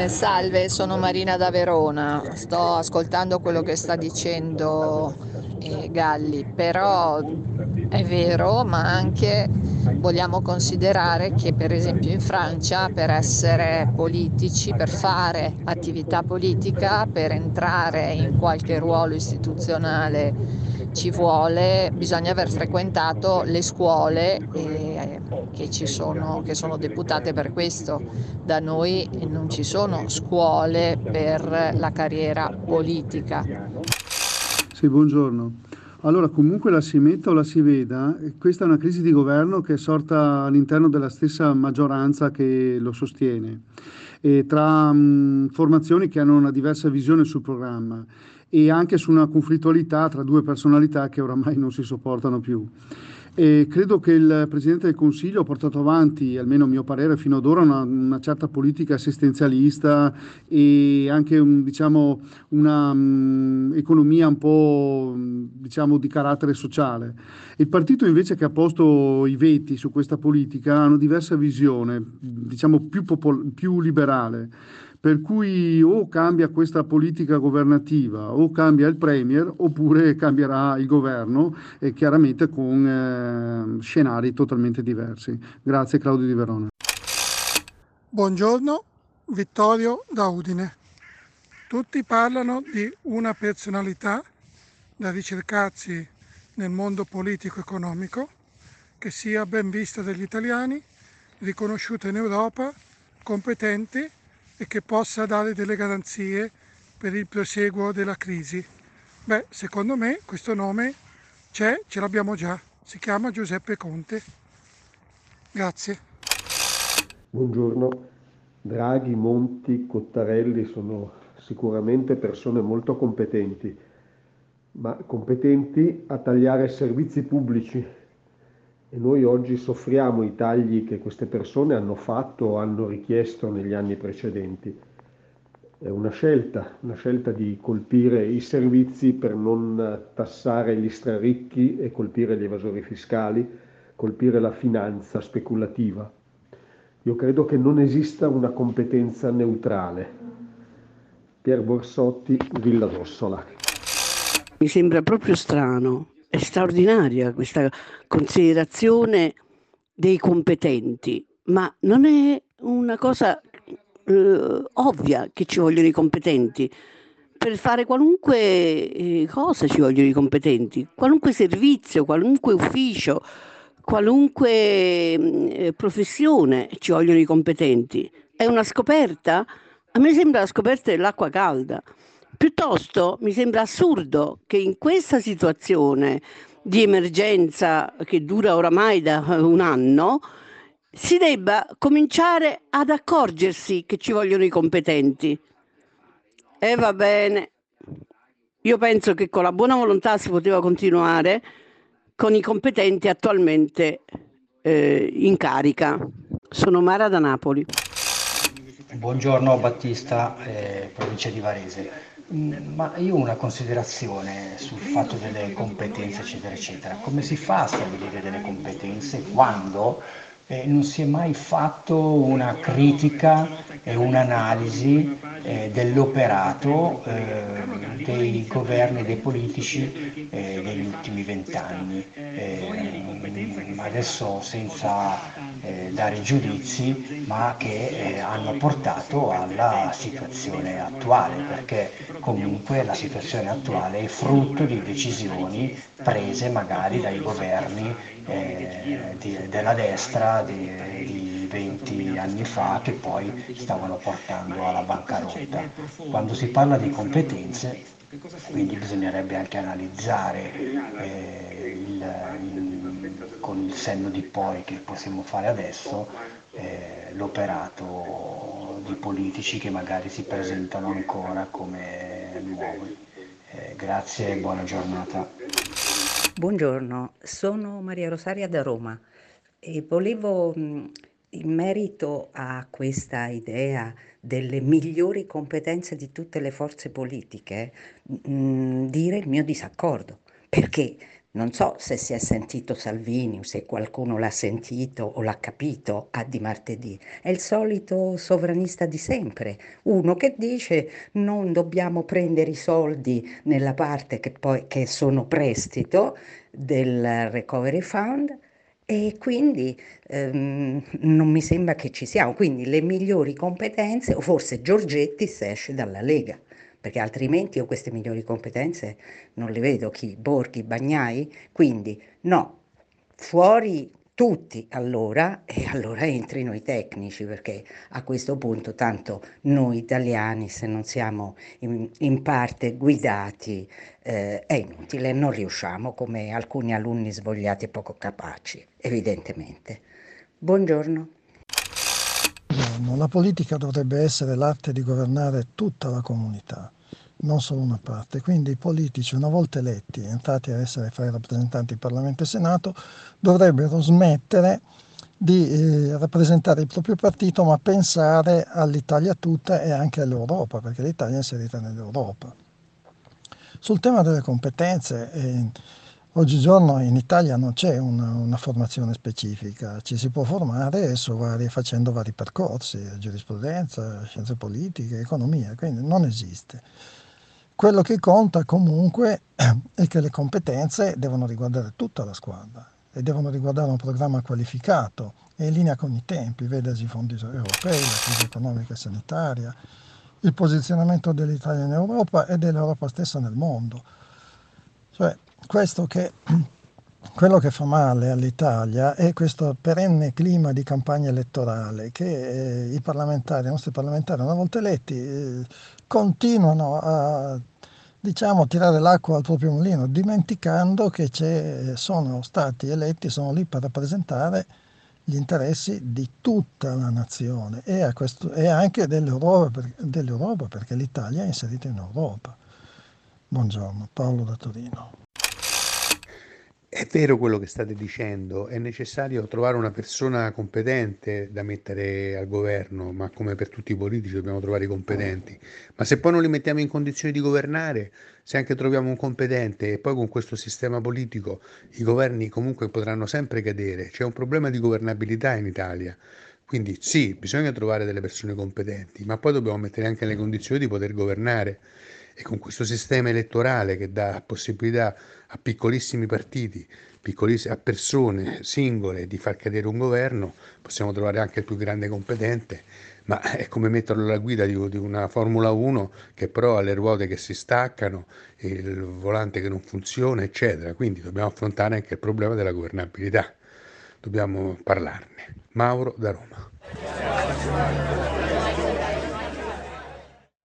Salve, sono Marina da Verona. Sto ascoltando quello che sta dicendo Galli, però è vero, ma anche vogliamo considerare che per esempio in Francia per essere politici, per fare attività politica, per entrare in qualche ruolo istituzionale bisogna aver frequentato le scuole che sono deputate per questo. Da noi non ci sono scuole per la carriera politica. Sì, buongiorno. Allora, comunque la si metta o la si veda, questa è una crisi di governo che è sorta all'interno della stessa maggioranza che lo sostiene, e tra formazioni che hanno una diversa visione sul programma e anche su una conflittualità tra due personalità che oramai non si sopportano più. E credo che il Presidente del Consiglio ha portato avanti, almeno a mio parere, fino ad ora una certa politica assistenzialista e anche diciamo, una economia un po' diciamo, di carattere sociale. Il partito invece che ha posto i veti su questa politica ha una diversa visione, diciamo più liberale. Per cui o cambia questa politica governativa o cambia il Premier oppure cambierà il governo e chiaramente con scenari totalmente diversi. Grazie Claudio Di Verona. Buongiorno, Vittorio da Udine. Tutti parlano di una personalità da ricercarsi nel mondo politico-economico, che sia ben vista dagli italiani, riconosciuta in Europa, competente e che possa dare delle garanzie per il proseguo della crisi. Beh, secondo me questo nome ce l'abbiamo già, si chiama Giuseppe Conte. Grazie. Buongiorno, Draghi, Monti, Cottarelli sono sicuramente persone molto competenti, ma competenti a tagliare servizi pubblici e noi oggi soffriamo i tagli che queste persone hanno fatto o hanno richiesto negli anni precedenti. È una scelta di colpire i servizi per non tassare gli straricchi e colpire gli evasori fiscali, colpire la finanza speculativa. Io credo che non esista una competenza neutrale. Pier Borsotti, Villa d'Ossola. Mi sembra proprio strano, è straordinaria questa considerazione dei competenti, ma non è una cosa ovvia che ci vogliono i competenti. Per fare qualunque cosa ci vogliono i competenti, qualunque servizio, qualunque ufficio, qualunque professione ci vogliono i competenti. È una scoperta? A me sembra la scoperta dell'acqua calda. Piuttosto mi sembra assurdo che in questa situazione di emergenza che dura oramai da un anno si debba cominciare ad accorgersi che ci vogliono i competenti. E va bene, io penso che con la buona volontà si poteva continuare con i competenti attualmente in carica. Sono Mara da Napoli. Buongiorno Battista, provincia di Varese. Ma io ho una considerazione sul fatto delle competenze, eccetera, eccetera. Come si fa a stabilire delle competenze quando non si è mai fatto una critica e un'analisi dell'operato dei governi, dei politici degli ultimi 20 anni? Adesso senza dare giudizi, ma che hanno portato alla situazione attuale, perché comunque la situazione attuale è frutto di decisioni prese magari dai governi della destra di 20 anni fa che poi stavano portando alla bancarotta. Quando si parla di competenze, quindi bisognerebbe anche analizzare con il senno di poi che possiamo fare adesso l'operato di politici che magari si presentano ancora come nuovi. Grazie e buona giornata. Buongiorno, sono Maria Rosaria da Roma e volevo, in merito a questa idea delle migliori competenze di tutte le forze politiche, dire il mio disaccordo, perché Non so se si è sentito Salvini o se qualcuno l'ha sentito o l'ha capito a di martedì. È il solito sovranista di sempre, uno che dice non dobbiamo prendere i soldi nella parte che sono prestito del Recovery Fund e quindi non mi sembra che ci siamo. Quindi le migliori competenze, o forse Giorgetti se esce dalla Lega, perché altrimenti io queste migliori competenze non le vedo, chi? Borghi, Bagnai? Quindi no, fuori tutti allora e allora entrino i tecnici perché a questo punto tanto noi italiani se non siamo in parte guidati è inutile, non riusciamo come alcuni alunni svogliati e poco capaci, evidentemente. Buongiorno. La politica dovrebbe essere l'arte di governare tutta la comunità, non solo una parte. Quindi i politici, una volta eletti, entrati a essere fra i rappresentanti del Parlamento e Senato, dovrebbero smettere di rappresentare il proprio partito, ma pensare all'Italia tutta e anche all'Europa, perché l'Italia è inserita nell'Europa. Sul tema delle competenze, oggigiorno in Italia non c'è una formazione specifica, ci si può formare facendo vari percorsi, giurisprudenza, scienze politiche, economia, quindi non esiste. Quello che conta comunque è che le competenze devono riguardare tutta la squadra e devono riguardare un programma qualificato e in linea con i tempi, vedasi i fondi europei, la crisi economica e sanitaria, il posizionamento dell'Italia in Europa e dell'Europa stessa nel mondo. Cioè, quello che fa male all'Italia è questo perenne clima di campagna elettorale che i nostri parlamentari, una volta eletti, continuano a tirare l'acqua al proprio mulino, dimenticando che sono stati eletti, sono lì per rappresentare gli interessi di tutta la nazione e anche dell'Europa, perché l'Italia è inserita in Europa. Buongiorno, Paolo da Torino. È vero quello che state dicendo, è necessario trovare una persona competente da mettere al governo, ma come per tutti i politici dobbiamo trovare i competenti. Ma se poi non li mettiamo in condizioni di governare, se anche troviamo un competente e poi con questo sistema politico i governi comunque potranno sempre cadere, c'è un problema di governabilità in Italia. Quindi sì, bisogna trovare delle persone competenti, ma poi dobbiamo mettere anche le condizioni di poter governare. E con questo sistema elettorale che dà possibilità a piccolissimi partiti, a persone singole di far cadere un governo, possiamo trovare anche il più grande competente, ma è come metterlo alla guida di una Formula 1 che però ha le ruote che si staccano, il volante che non funziona, eccetera. Quindi dobbiamo affrontare anche il problema della governabilità, dobbiamo parlarne. Mauro da Roma.